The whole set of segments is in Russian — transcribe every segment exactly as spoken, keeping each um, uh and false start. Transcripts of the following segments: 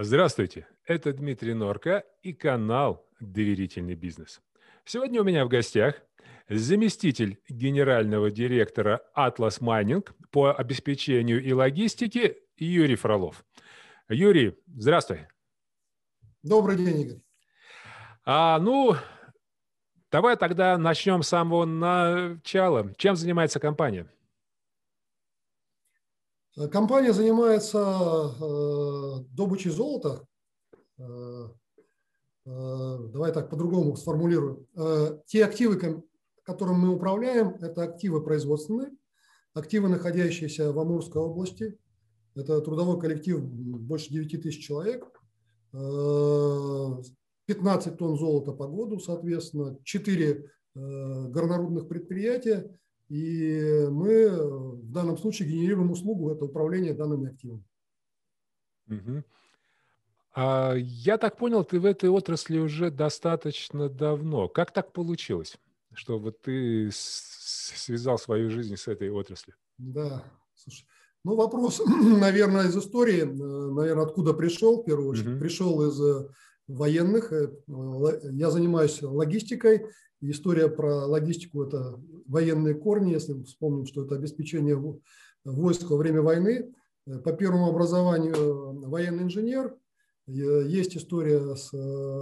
Здравствуйте, это Дмитрий Норка и канал «Доверительный бизнес». Сегодня у меня в гостях заместитель генерального директора Atlas Mining по обеспечению и логистике Юрий Фролов. Юрий, здравствуй. Добрый день, Игорь. А, ну, давай тогда начнем с самого начала. Чем занимается компания? Компания занимается э, добычей золота. Э, э, давай так по-другому сформулирую. Э, те активы, которым мы управляем, это активы производственные, активы, находящиеся в Амурской области. Это трудовой коллектив больше девяти тысяч человек. Э, пятнадцать тонн золота по году, соответственно, четыре э, горнорудных предприятия. И мы в данном случае генерируем услугу, это управление данными активами. Угу. А, я так понял, ты в этой отрасли уже достаточно давно. Как так получилось, что вот ты связал свою жизнь с этой отраслью? Да, слушай, ну вопрос, наверное, из истории, наверное, откуда пришел, в первую очередь. Угу. Пришел из военных. Я занимаюсь логистикой. История про логистику – это военные корни, если мы вспомним, что это обеспечение войск во время войны. По первому образованию военный инженер. Есть история с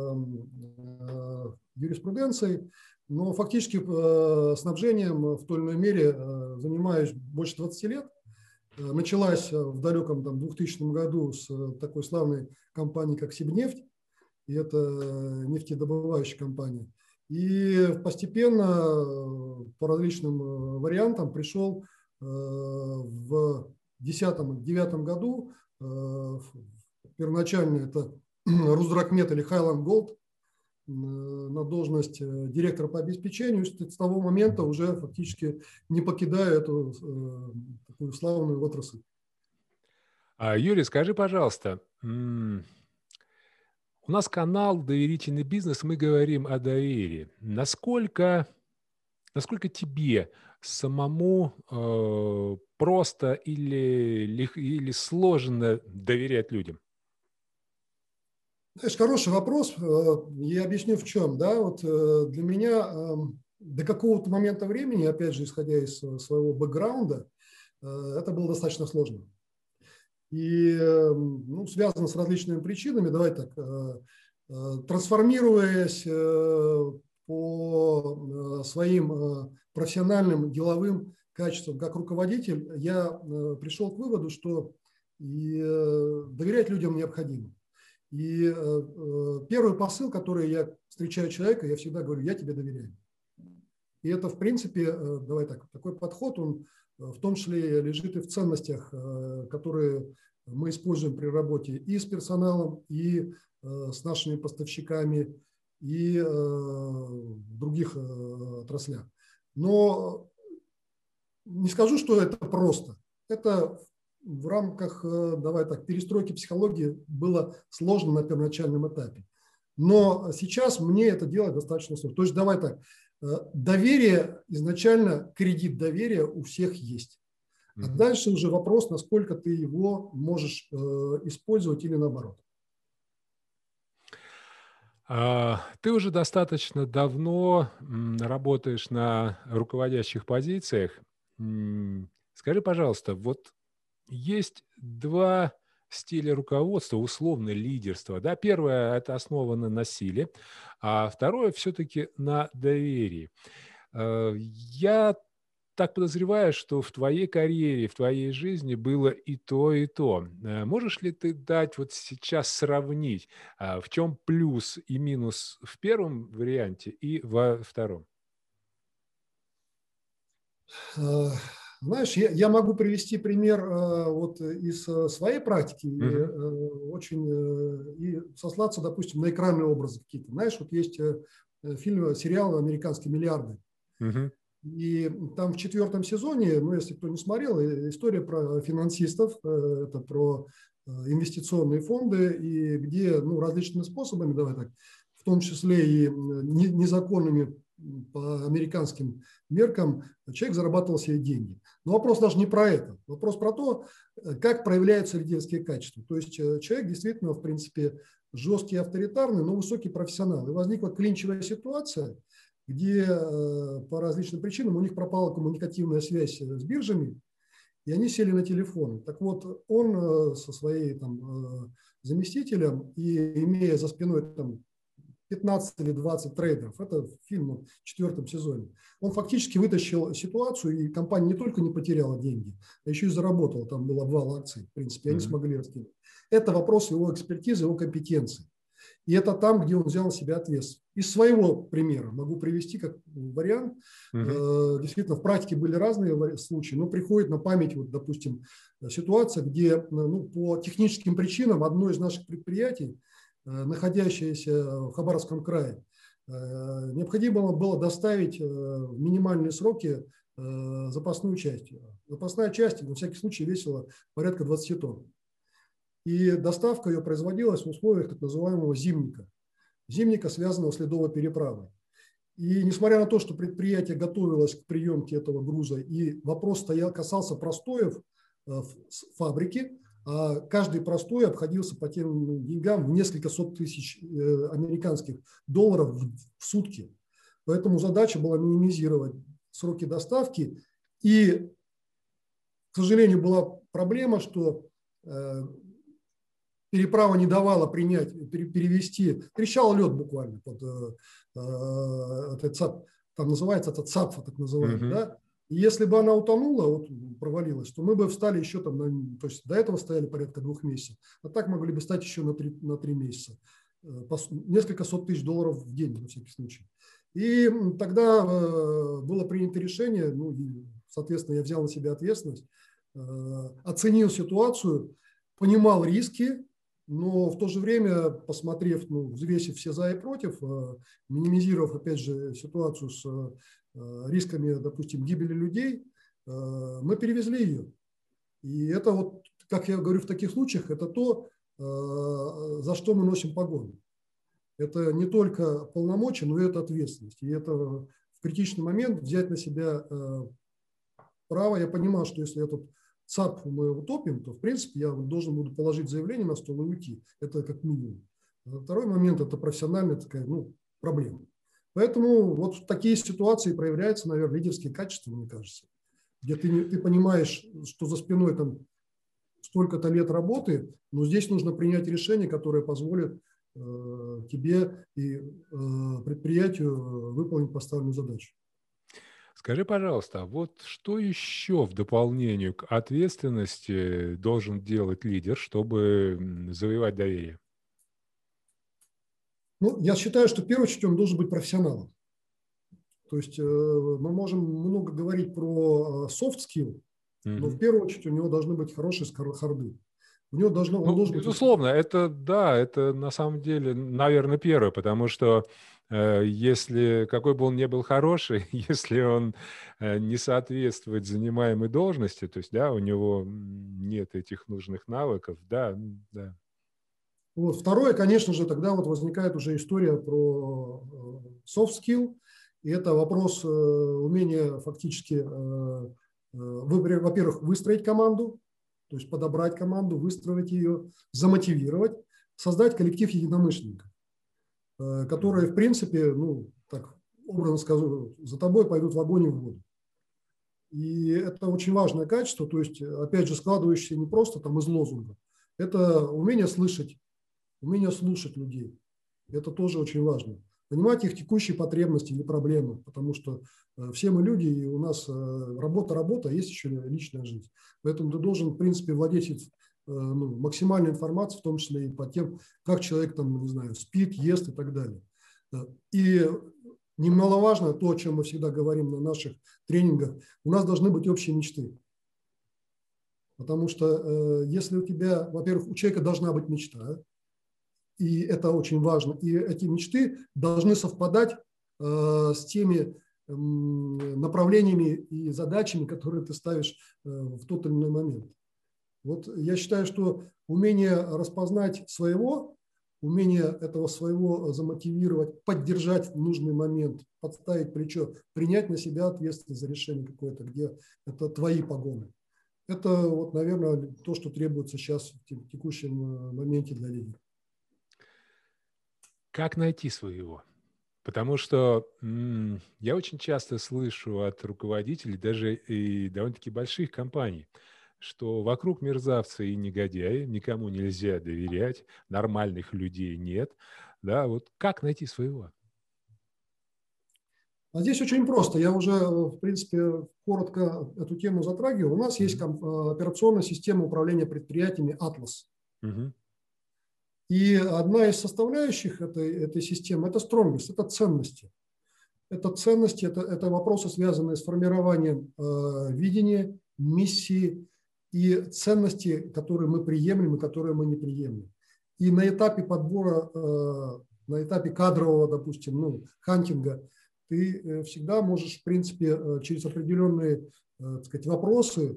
юриспруденцией, но фактически снабжением в той или иной мере занимаюсь больше двадцати лет. Началась в далеком там, двухтысячном году с такой славной компании, как Сибнефть, и это нефтедобывающая компания. И постепенно по различным вариантам пришел в две тысячи десятом-две тысячи девятом году, первоначально это Русдрагмет или Highland Gold, на должность директора по обеспечению. С того момента уже фактически не покидаю эту такую славную отрасль. А, Юрий, скажи, пожалуйста, у нас канал «Доверительный бизнес», мы говорим о доверии. Насколько, насколько тебе самому э, просто или, или сложно доверять людям? Знаешь, хороший вопрос. Я объясню в чем. Да? Вот для меня до какого-то момента времени, опять же, исходя из своего бэкграунда, это было достаточно сложно. И ну, связано с различными причинами. Давай так, трансформируясь по своим профессиональным, деловым качествам как руководитель, я пришел к выводу, что и доверять людям необходимо. И первый посыл, который я встречаю человека, я всегда говорю: я тебе доверяю. И это, в принципе, давай так, такой подход, он в том числе лежит и в ценностях, которые мы используем при работе и с персоналом, и с нашими поставщиками, и в других отраслях. Но не скажу, что это просто. Это в рамках, давай так, перестройки психологии было сложно на первоначальном этапе. Но сейчас мне это делать достаточно сложно. То есть давай так, доверие изначально, кредит доверия у всех есть. А mm-hmm. дальше уже вопрос, насколько ты его можешь э, использовать или наоборот. А, ты уже достаточно давно работаешь на руководящих позициях. Скажи, пожалуйста, вот есть два стиля руководства, условно лидерства. Да? Первое – это основано на силе, а второе – все-таки на доверии. Я так подозреваю, что в твоей карьере, в твоей жизни было и то, и то. Можешь ли ты дать вот сейчас сравнить, в чем плюс и минус в первом варианте и во втором? Знаешь, я, я могу привести пример э, вот из своей практики uh-huh. и, э, очень, э, и сослаться, допустим, на экранные образы какие-то. Знаешь, вот есть э, фильм, сериал «Американские миллиарды». Uh-huh. И там в четвертом сезоне, ну, если кто не смотрел, история про финансистов, э, это про э, инвестиционные фонды, и где ну, различными способами, давай так, в том числе и незаконными по американским меркам человек зарабатывал себе деньги. Но вопрос даже не про это. Вопрос про то, как проявляются лидерские качества. То есть человек действительно, в принципе, жесткий, авторитарный, но высокий профессионал. И возникла клинчевая ситуация, где по различным причинам у них пропала коммуникативная связь с биржами, и они сели на телефон. Так вот, он со своим там, заместителем, и имея за спиной там, пятнадцать или двадцать трейдеров, это фильм в четвертом сезоне, он фактически вытащил ситуацию, и компания не только не потеряла деньги, а еще и заработала. Там был обвал акций, в принципе, они mm-hmm. смогли раскинуть. Это вопрос его экспертизы, его компетенции. И это там, где он взял на себя ответственность. Из своего примера могу привести как вариант. Uh-huh. Действительно, в практике были разные случаи, но приходит на память, вот, допустим, ситуация, где ну, по техническим причинам одно из наших предприятий, находящееся в Хабаровском крае, необходимо было доставить в минимальные сроки запасную часть. Запасная часть, на всякий случай, весила порядка двадцать тонн. И доставка ее производилась в условиях так называемого зимника. Зимника, связанного с ледовой переправой. И несмотря на то, что предприятие готовилось к приемке этого груза, и вопрос стоял, касался простоев в фабрике, а каждый простой обходился по тем деньгам в несколько сот тысяч американских долларов в сутки. Поэтому задача была минимизировать сроки доставки. И, к сожалению, была проблема, что переправа не давала принять, перевести. Трещал лед буквально. Под, э, этот ЦАП, там называется этот ЦАП, так называемый. Mm-hmm. Да? И если бы она утонула, вот, провалилась, то мы бы встали еще там, на, то есть до этого стояли порядка двух месяцев, а так могли бы стать еще на три, на три месяца. По, несколько сот тысяч долларов в день, на всякий случай. И тогда э, было принято решение, ну, и, соответственно, я взял на себя ответственность, э, оценил ситуацию, понимал риски, но в то же время, посмотрев, ну, взвесив все за и против, минимизировав, опять же, ситуацию с рисками, допустим, гибели людей, мы перевезли ее. И это вот, как я говорю в таких случаях, это то, за что мы носим погоны. Это не только полномочия, но и это ответственность. И это в критичный момент взять на себя право. Я понимал, что если этот ЦАП мы утопим, то, в принципе, я должен буду положить заявление на стол и уйти. Это как минимум. Второй момент – это профессиональная такая, ну, проблема. Поэтому вот в такие ситуации проявляются, наверное, лидерские качества, мне кажется, где ты, ты понимаешь, что за спиной там столько-то лет работы, но здесь нужно принять решение, которое позволит э, тебе и э, предприятию выполнить поставленную задачу. Скажи, пожалуйста, а вот что еще в дополнение к ответственности должен делать лидер, чтобы завоевать доверие? Ну, я считаю, что в первую очередь он должен быть профессионалом. То есть э, мы можем много говорить про soft skill, mm-hmm. но в первую очередь у него должны быть хорошие харды. У него должно, он ну, должен безусловно, быть... это да, это на самом деле, наверное, первое, потому что э, если какой бы он ни был хороший, если он э, не соответствует занимаемой должности, то есть, да, у него нет этих нужных навыков, да, да. Вот. Второе, конечно же, тогда вот возникает уже история про soft skill, и это вопрос э, умения фактически, э, э, во-первых, выстроить команду, то есть подобрать команду, выстроить ее, замотивировать, создать коллектив единомышленников, э, которые, в принципе, ну, так образно скажу, за тобой пойдут в огонь и в воду. И это очень важное качество, то есть, опять же, складывающееся не просто там из лозунга, это умение слышать, умение слушать людей. Это тоже очень важно. Понимать их текущие потребности или проблемы, потому что все мы люди, и у нас работа-работа, а есть еще личная жизнь. Поэтому ты должен, в принципе, владеть ну, максимальной информацией, в том числе и по тем, как человек там, не знаю, спит, ест и так далее. И немаловажно то, о чем мы всегда говорим на наших тренингах, у нас должны быть общие мечты. Потому что если у тебя, во-первых, у человека должна быть мечта, и это очень важно. И эти мечты должны совпадать э, с теми э, направлениями и задачами, которые ты ставишь э, в тот или иной момент. Вот я считаю, что умение распознать своего умение этого своего замотивировать, поддержать в нужный момент, подставить плечо, принять на себя ответственность за решение какое-то, где это твои погоны. Это, вот, наверное, то, что требуется сейчас в текущем моменте для лидера. Как найти своего? Потому что м, я очень часто слышу от руководителей, даже и довольно-таки больших компаний, что вокруг мерзавцы и негодяи, никому нельзя доверять, нормальных людей нет. Да, вот как найти своего? А здесь очень просто. Я уже, в принципе, коротко эту тему затрагивал. У нас есть Мгм. операционная система управления предприятиями «Атлас». Мгм. И одна из составляющих этой, этой системы – это стронгость, это ценности. Это ценности, это, это вопросы, связанные с формированием э, видения, миссии и ценностей, которые мы приемлем и которые мы не приемлем. И на этапе подбора, э, на этапе кадрового, допустим, ну, хантинга, ты э, всегда можешь, в принципе, э, через определенные, э, так сказать, вопросы э,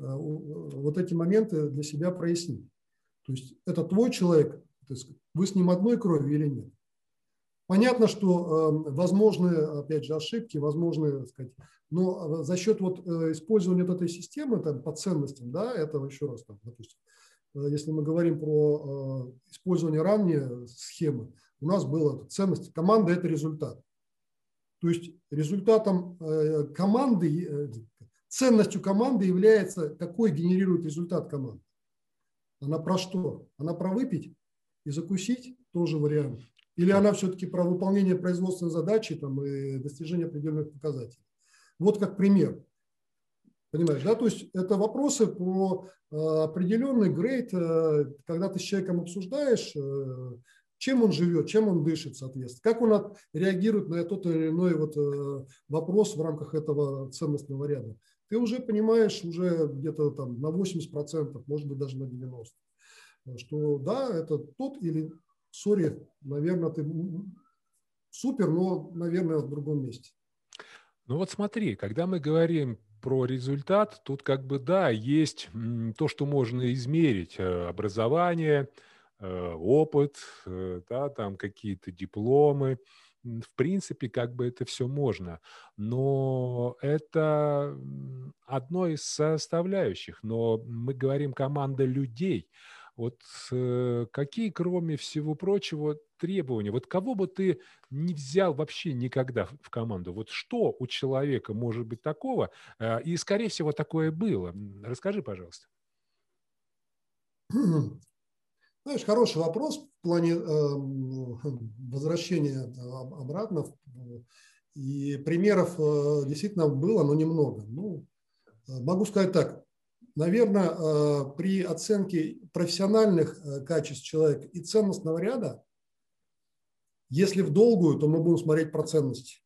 вот эти моменты для себя прояснить. То есть это твой человек, то есть вы с ним одной крови или нет. Понятно, что э, возможны, опять же, ошибки, возможны, так сказать, но за счет вот, э, использования вот этой системы там, по ценностям, да, этого еще раз, там, допустим, э, если мы говорим про э, использование ранее схемы, у нас была ценность, команда – это результат. То есть результатом э, команды, э, ценностью команды является, какой генерирует результат команды. Она про что? Она про выпить и закусить, тоже вариант. Или она все-таки про выполнение производственной задачи там, и достижение определенных показателей. Вот как пример. Понимаешь, да? То есть это вопросы про э, определенный грейд, э, когда ты с человеком обсуждаешь, э, чем он живет, чем он дышит, соответственно, как он от, реагирует на тот или иной вот, э, вопрос в рамках этого ценностного ряда. Ты уже понимаешь уже где-то там на восемьдесят процентов, может быть, даже на девяносто процентов, что да, это тот или, сори, наверное, ты супер, но, наверное, в другом месте. Ну вот смотри, когда мы говорим про результат, тут как бы да, есть м, то, что можно измерить: э, образование, э, опыт, э, да, там какие-то дипломы. М, В принципе, как бы это все можно, но это м, одно из составляющих. Но мы говорим команда людей. Вот э, какие, кроме всего прочего, требования? Вот кого бы ты не взял вообще никогда в в команду? Вот что у человека может быть такого? Э, и, скорее всего, такое было. М, расскажи, пожалуйста. Знаешь, хороший вопрос в плане э, возвращения обратно. И примеров э, действительно было, но немного. Ну, могу сказать так. Наверное, э, при оценке профессиональных э, качеств человека и ценностного ряда, если в долгую, то мы будем смотреть про ценности.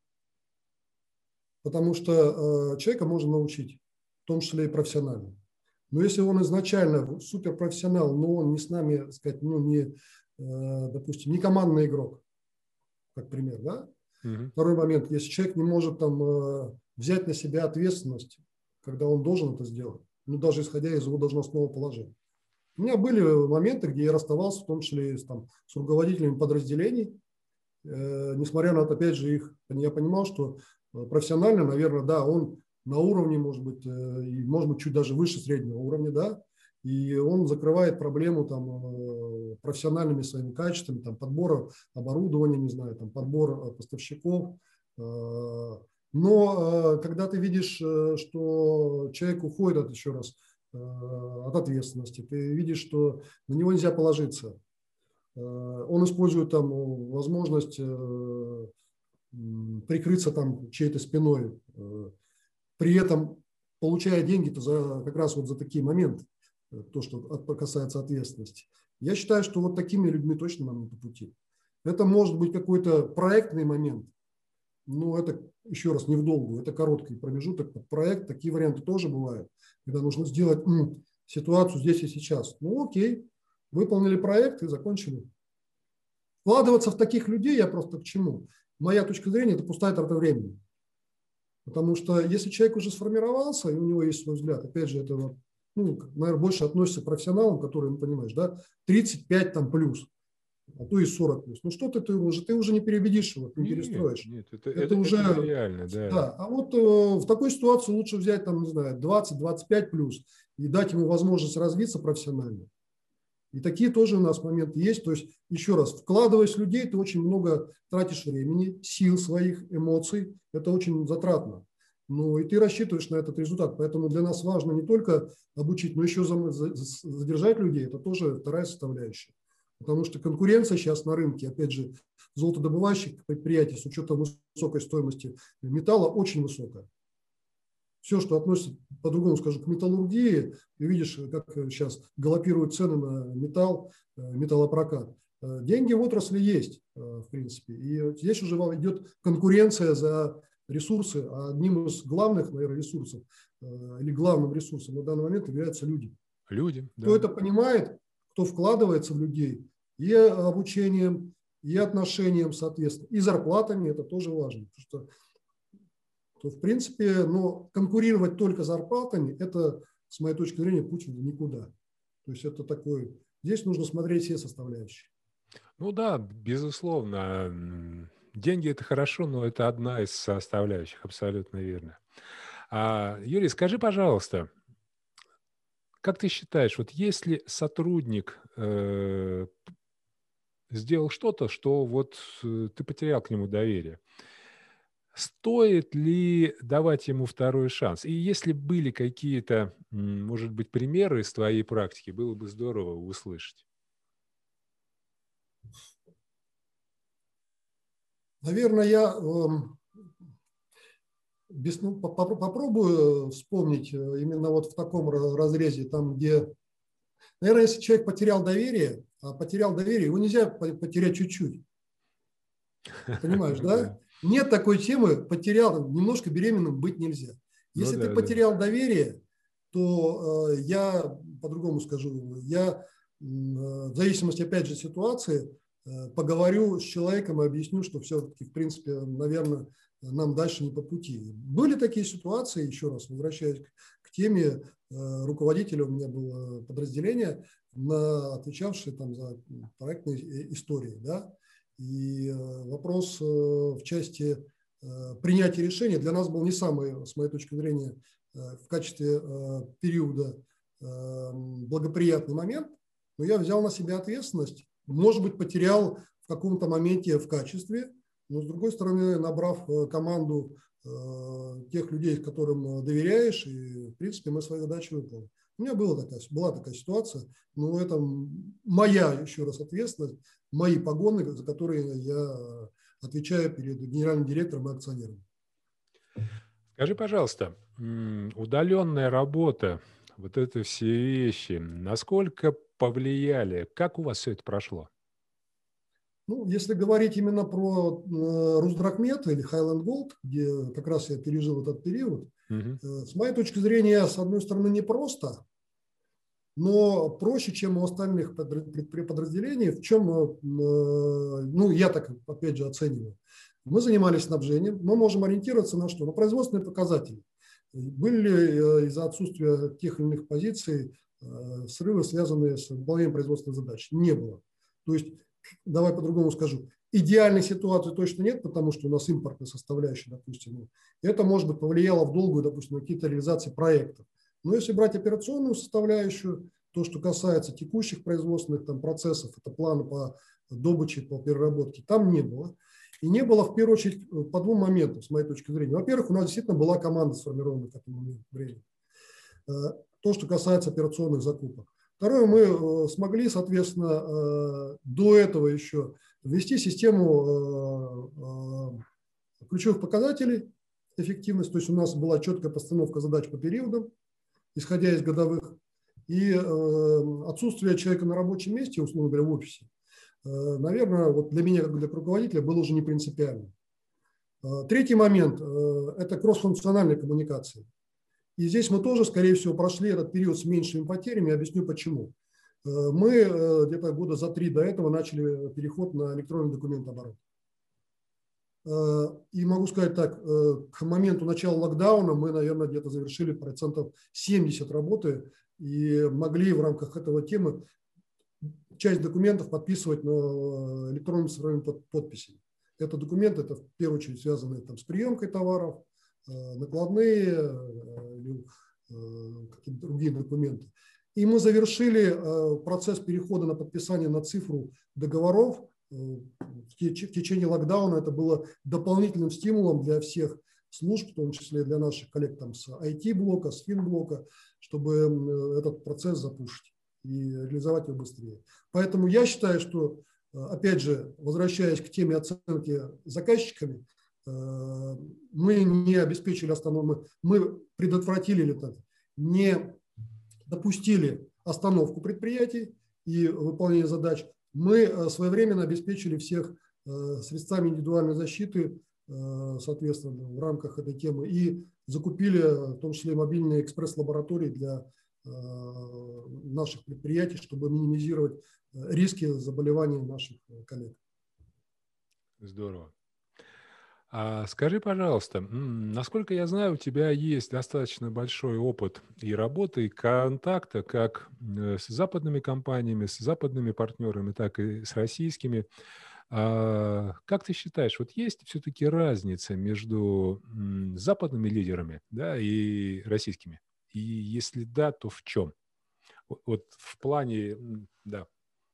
Потому что э, человека можно научить, в том числе и профессионально. Но если он изначально суперпрофессионал, но он не с нами, так сказать, ну, не, э, допустим, не командный игрок, как пример, да? Мгм. Второй момент, если человек не может там э, взять на себя ответственность, когда он должен это сделать, ну, даже исходя из его должностного положения. У меня были моменты, где я расставался, в том числе с, там, с руководителями подразделений, э, несмотря на, опять же, их, я понимал, что профессионально, наверное, да, он на уровне, может быть, э, и, может быть, чуть даже выше среднего уровня, да, и он закрывает проблему там, э, профессиональными своими качествами, там, подбора оборудования, не знаю, там, подбор поставщиков. Э, но э, когда ты видишь, э, что человек уходит от, еще раз, э, от ответственности, ты видишь, что на него нельзя положиться, э, он использует там возможность э, прикрыться там чьей-то спиной, э, при этом получая деньги-то за, как раз вот за такие моменты, э, то, что от, касается ответственности. Я считаю, что вот такими людьми точно нам не по пути. Это может быть какой-то проектный момент, но это, еще раз, не в долгую, это короткий промежуток под проект. Такие варианты тоже бывают, когда нужно сделать м, ситуацию здесь и сейчас. Ну окей, выполнили проект и закончили. Вкладываться в таких людей я просто к чему? Моя точка зрения – это пустая трата времени. Потому что если человек уже сформировался, и у него есть свой взгляд, опять же, это, ну, наверное, больше относится к профессионалам, которые, ну, понимаешь, да, тридцать пять там плюс. а то и сорок плюс. Ну что ты, ты уже, ты уже не переубедишь его, не Нет, перестроишь. нет, это, Это это, уже, это нереально, да. да. А вот э, в такой ситуации лучше взять, там, не знаю, двадцать двадцать пять плюс и дать ему возможность развиться профессионально. И такие тоже у нас моменты есть. То есть, еще раз, вкладываясь в людей, ты очень много тратишь времени, сил своих, эмоций. Это очень затратно. Ну, и ты рассчитываешь на этот результат. Поэтому для нас важно не только обучить, но еще задержать людей. Это тоже вторая составляющая. Потому что конкуренция сейчас на рынке, опять же, золотодобывающих предприятий с учетом высокой стоимости металла очень высокая. Все, что относится, по-другому скажу, к металлургии, ты видишь, как сейчас галопируют цены на металл, металлопрокат. Деньги в отрасли есть, в принципе. И здесь уже идет конкуренция за ресурсы. А одним из главных, наверное, ресурсов или главным ресурсом на данный момент являются люди. Люди, да. Кто это понимает, кто вкладывается в людей и обучением, и отношением, соответственно, и зарплатами, это тоже важно. Потому что то, в принципе, но конкурировать только зарплатами, это, с моей точки зрения, путь никуда. То есть это такой, здесь нужно смотреть все составляющие. Ну да, безусловно. Деньги – это хорошо, но это одна из составляющих, абсолютно верно. А, Юрий, скажи, пожалуйста, как ты считаешь, вот если сотрудник э, сделал что-то, что вот э, ты потерял к нему доверие, стоит ли давать ему второй шанс? И если были какие-то, м, может быть, примеры из твоей практики, было бы здорово услышать. Наверное, я э, без, ну, попробую вспомнить именно вот в таком разрезе, там, где, наверное, если человек потерял доверие, а потерял доверие, его нельзя потерять чуть-чуть. Понимаешь, да? Нет такой темы, потерял, немножко беременным быть нельзя. Если Ну, ты да, потерял да. доверие, то э, я по-другому скажу, я э, в зависимости, опять же, ситуации, э, поговорю с человеком и объясню, что все-таки, в принципе, наверное, нам дальше не по пути. Были такие ситуации, еще раз возвращаясь к, к теме, э, руководителя у меня было подразделение, на, отвечавшее там за проектные истории, да. И вопрос в части принятия решения для нас был не самый, с моей точки зрения, в качестве периода благоприятный момент, но я взял на себя ответственность, может быть, потерял в каком-то моменте в качестве, но, с другой стороны, набрав команду тех людей, которым доверяешь, и, в принципе, мы свои задачи выполнили. У меня была такая, была такая ситуация, но это моя, еще раз, ответственность, мои погоны, за которые я отвечаю перед генеральным директором и акционером. Скажи, пожалуйста, удаленная работа, вот это все вещи, насколько повлияли? Как у вас все это прошло? Ну, если говорить именно про э, Русдрагмет или Highland Gold, где как раз я пережил этот период, Угу. э, с моей точки зрения, с одной стороны, непросто, но проще, чем у остальных подразделений. В чем, ну, я так, опять же, оцениваю. Мы занимались снабжением, мы можем ориентироваться на что? На производственные показатели. Были из-за отсутствия тех или иных позиций срывы, связанные с выполнением производственных задач? Не было. То есть, давай по-другому скажу, идеальной ситуации точно нет, потому что у нас импортная составляющая, допустим. Это, может быть, повлияло в долгую, допустим, на какие-то реализации проектов. Но если брать операционную составляющую, то, что касается текущих производственных там, процессов, это планы по добыче, по переработке, там не было. И не было, в первую очередь, по двум моментам, с моей точки зрения. Во-первых, у нас действительно была команда сформирована к этому моменту времени. То, что касается операционных закупок. Второе, мы смогли, соответственно, до этого еще ввести систему ключевых показателей эффективности. То есть у нас была четкая постановка задач по периодам, исходя из годовых, и э, отсутствие человека на рабочем месте, условно говоря, в офисе, э, наверное, вот для меня, как для руководителя, было уже не принципиально. Э, третий момент э, – это кроссфункциональная коммуникация. И здесь мы тоже, скорее всего, прошли этот период с меньшими потерями, объясню почему. Э, мы э, где-то года за три до этого начали переход на электронный документооборот. И могу сказать так, к моменту начала локдауна мы, наверное, где-то завершили процентов семьдесят работы и могли в рамках этого темы часть документов подписывать на электронным цифровыми подписями. Это документы, это в первую очередь связаны там, с приемкой товаров, накладные, какие-то другие документы. И мы завершили процесс перехода на подписание на цифру договоров. В течение локдауна это было дополнительным стимулом для всех служб, в том числе для наших коллег там, с ай ти-блока, с финблока, чтобы этот процесс запушить и реализовать его быстрее. Поэтому я считаю, что, опять же, возвращаясь к теме оценки заказчиками, мы не обеспечили остановку, мы предотвратили или так, не допустили остановку предприятий и выполнение задач. Мы своевременно обеспечили всех средствами индивидуальной защиты, соответственно, в рамках этой темы и закупили, в том числе, мобильные экспресс-лаборатории для наших предприятий, чтобы минимизировать риски заболеваний наших коллег. Здорово. А скажи, пожалуйста, насколько я знаю, у тебя есть достаточно большой опыт и работы, и контакта как с западными компаниями, с западными партнерами, так и с российскими. А как ты считаешь, вот есть все-таки разница между западными лидерами, да, и российскими? И если да, то в чем? Вот в плане, да.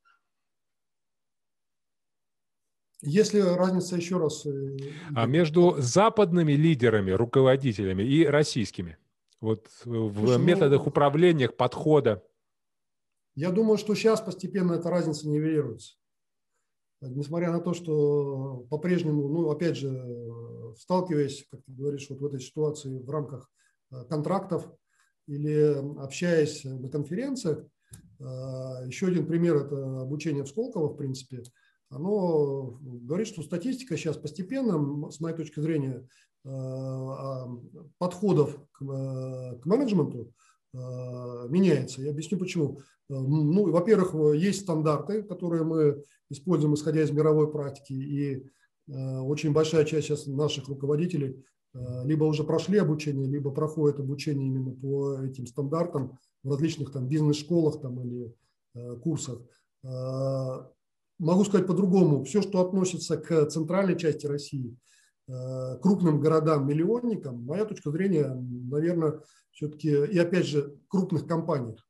Если разница еще раз... А между западными лидерами, руководителями и российскими? Вот в Слушай, методах ну, управления, подхода. Я думаю, что сейчас постепенно эта разница нивелируется. Несмотря на то, что по-прежнему, ну, опять же, сталкиваясь, как ты говоришь, вот в этой ситуации в рамках контрактов или общаясь на конференциях, еще один пример – это обучение в Сколково, в принципе, оно говорит, что статистика сейчас постепенно, с моей точки зрения, подходов к менеджменту меняется. Я объясню почему. Ну, во-первых, есть стандарты, которые мы используем, исходя из мировой практики, и очень большая часть сейчас наших руководителей либо уже прошли обучение, либо проходят обучение именно по этим стандартам в различных там бизнес-школах там, или курсах. Могу сказать по-другому. Все, что относится к центральной части России, крупным городам-миллионникам, моя точка зрения, наверное, все-таки, и опять же, крупных компаниях,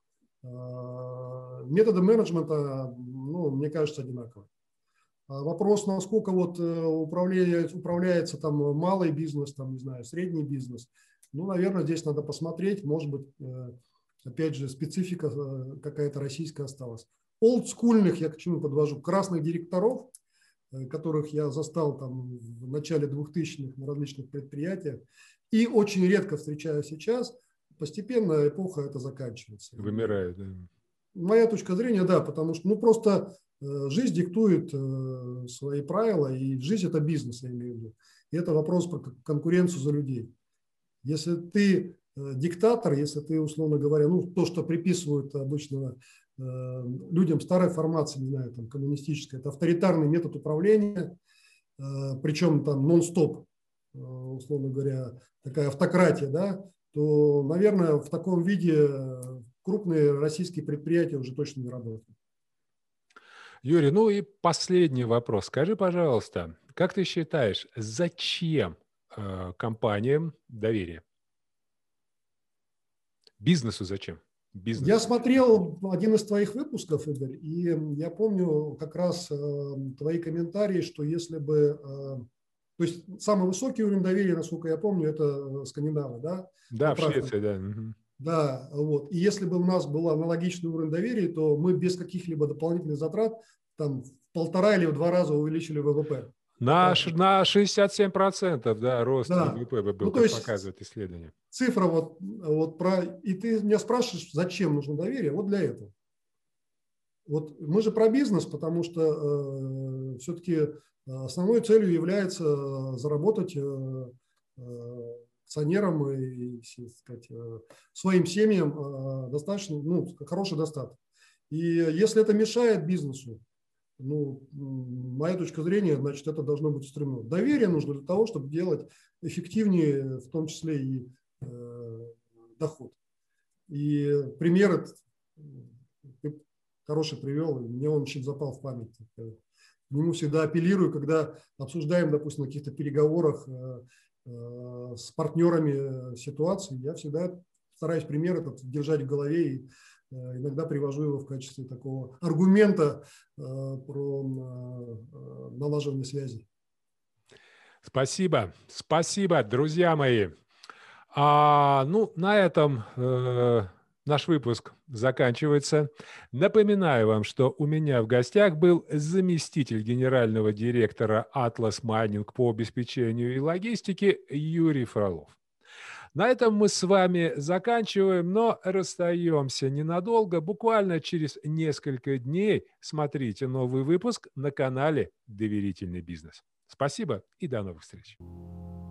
методы менеджмента, ну, мне кажется, одинаковые. Вопрос, насколько вот управляется, управляется там малый бизнес, там, не знаю, средний бизнес, ну, наверное, здесь надо посмотреть, может быть, опять же, специфика какая-то российская осталась. Олдскульных, я к чему подвожу, красных директоров, которых я застал там в начале двухтысячных на различных предприятиях, и очень редко встречаю сейчас, постепенно эпоха это заканчивается. Вымирает, да. Моя точка зрения, да, потому что ну, просто жизнь диктует свои правила, и жизнь – это бизнес, я имею в виду. И это вопрос про конкуренцию за людей. Если ты диктатор, если ты, условно говоря, ну, то, что приписывают обычно людям старой формации, не знаю, там, коммунистической, это авторитарный метод управления, причем там нон-стоп, условно говоря, такая автократия, да, то, наверное, в таком виде крупные российские предприятия уже точно не работают. Юрий, ну и последний вопрос. Скажи, пожалуйста, как ты считаешь, зачем э, компаниям доверие? Бизнесу зачем? Бизнесу. Я смотрел один из твоих выпусков, Игорь, и я помню как раз э, твои комментарии, что если бы... Э, то есть самый высокий уровень доверия, насколько я помню, это скандинавы, да? Да, Поправь. в Швеции, да. Угу. Да, вот. И если бы у нас был аналогичный уровень доверия, то мы без каких-либо дополнительных затрат там в полтора или в два раза увеличили вэ вэ пэ. На, на шестьдесят семь процентов, да, рост да. вэ вэ пэ был, ну, как есть показывает исследование. Цифра вот, вот про... И ты меня спрашиваешь, зачем нужно доверие? Вот для этого. Вот мы же про бизнес, потому что э, все-таки основной целью является заработать э, э, акционерам и, и сказать, э, своим семьям э, достаточно, ну, хороший достаток. И если это мешает бизнесу, ну, моя точка зрения, значит, это должно быть устранено. Доверие нужно для того, чтобы делать эффективнее, в том числе и э, доход. И пример, хороший привел, и мне он очень запал в память. К нему всегда апеллирую, когда обсуждаем, допустим, на каких-то переговорах с партнерами ситуации, я всегда стараюсь пример этот держать в голове и иногда привожу его в качестве такого аргумента про налаживание связей. Спасибо, спасибо, друзья мои. А, ну, на этом э, наш выпуск заканчивается. Напоминаю вам, что у меня в гостях был заместитель генерального директора Atlas Mining по обеспечению и логистике Юрий Фролов. На этом мы с вами заканчиваем, но расстаемся ненадолго. Буквально через несколько дней смотрите новый выпуск на канале «Доверительный бизнес». Спасибо и до новых встреч.